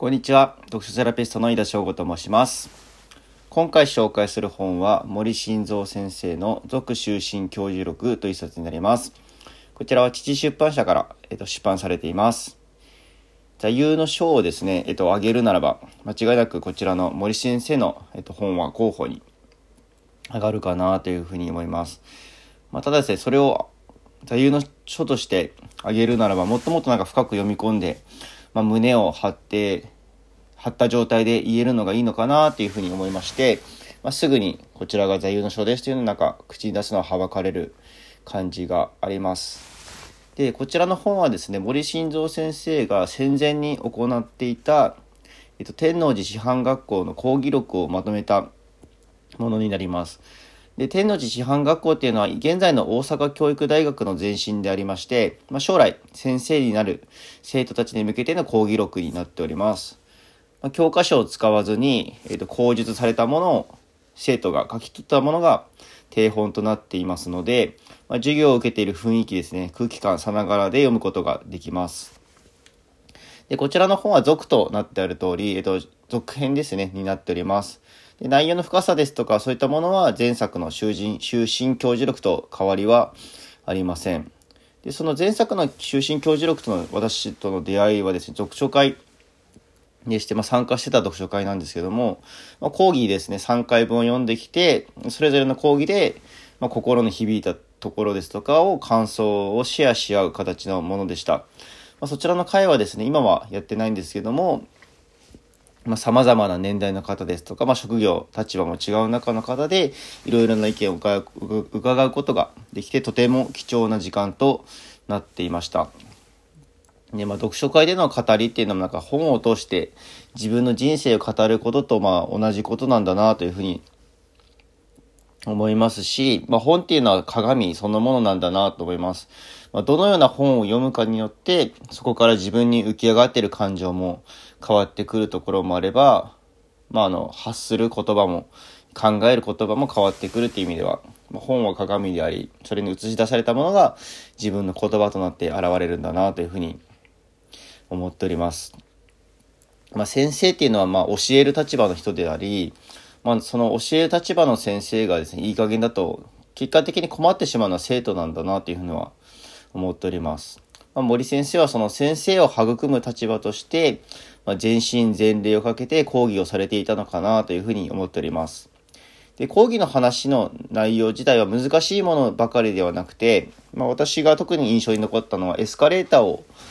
こんにちは。読書セラピストの井田翔吾と申します。今回紹介する本は森晋三先生の続終身教授録という一冊になります。こちらは父出版社から、出版されています。座右の章をですね、挙げるならば間違いなくこちらの森先生の、本は候補に上がるかなというふうに思います。ただですね、それを座右の書として挙げるならばもっともっと深く読み込んで、胸を張った状態で言えるのがいいのかなというふうに思いまして、すぐにこちらが座右の書ですというのを口に出すのははばかれる感じがあります。で、こちらの本はですね、森晋三先生が戦前に行っていた、天王寺師範学校の講義録をまとめたものになります。で、天王寺師範学校っていうのは現在の大阪教育大学の前身でありまして、将来先生になる生徒たちに向けての講義録になっております。教科書を使わずに、口述されたものを生徒が書き取ったものが定本となっていますので、授業を受けている雰囲気ですね、空気感さながらで読むことができます。で、こちらの本は続となってある通り、続編ですね、になっております。で、内容の深さですとか、そういったものは前作の終身教授録と変わりはありません。で、その前作の終身教授録との私との出会いはですね、読書会でして、参加してた読書会なんですけども、講義ですね、3回分を読んできて、それぞれの講義で、心に響いたところですとかを感想をシェアし合う形のものでした。そちらの会はですね、今はやってないんですけども、様々な年代の方ですとか、職業、立場も違う中の方で、いろいろな意見を伺うことができて、とても貴重な時間となっていました。で、読書会での語りっていうのも本を通して自分の人生を語ることと同じことなんだなというふうに思いますし、本っていうのは鏡そのものなんだなと思います。どのような本を読むかによってそこから自分に浮き上がっている感情も変わってくるところもあれば、発する言葉も考える言葉も変わってくるという意味では、本は鏡であり、それに映し出されたものが自分の言葉となって現れるんだなというふうに思っております。先生っていうのは教える立場の人であり、その教える立場の先生がですね、いい加減だと結果的に困ってしまうのは生徒なんだなというふうには思っております。森先生はその先生を育む立場として、全身全霊をかけて講義をされていたのかなというふうに思っております。で、講義の話の内容自体は難しいものばかりではなくて、私が特に印象に残ったのはエスカレータ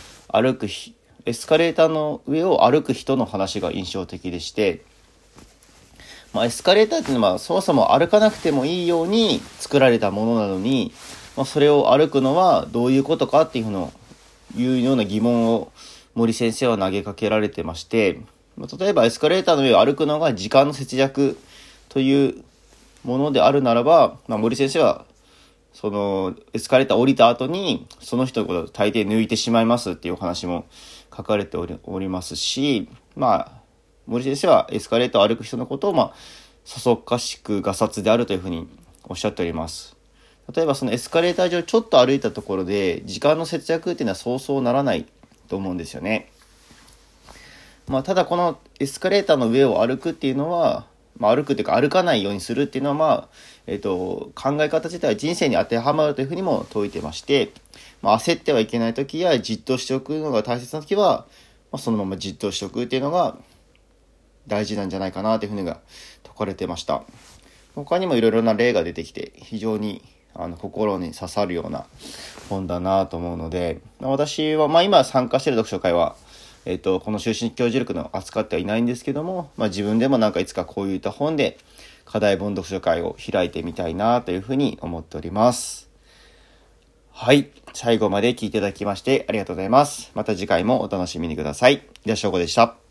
ーの上を歩く人の話が印象的でして、エスカレーターっていうのはそもそも歩かなくてもいいように作られたものなのに、それを歩くのはどういうことかっていうような疑問を森先生は投げかけられてまして、例えばエスカレーターの上を歩くのが時間の節約というものであるならば、森先生はそのエスカレーター降りた後にその人のことを大抵抜いてしまいますっていうお話も書かれておりますし、森先生はエスカレーターを歩く人のことをそそっかしくガサツであるというふうにおっしゃっております。例えばそのエスカレーター上ちょっと歩いたところで時間の節約っていうのはそうそうならないと思うんですよね。ただこのエスカレーターの上を歩くっていうのは、歩くっていうか歩かないようにするっていうのは考え方自体は人生に当てはまるというふうにも説いてまして、焦ってはいけない時やじっとしておくのが大切な時は、そのままじっとしておくっていうのが大事なんじゃないかなというふうにが説かれてました。他にもいろいろな例が出てきて非常に心に刺さるような本だなと思うので、私は今参加している読書会はこの終身教授力の扱ってはいないんですけども、自分でもいつかこういった本で課題本読書会を開いてみたいなというふうに思っております。はい、最後まで聞いていただきましてありがとうございます。また次回もお楽しみにください。井田翔吾でした。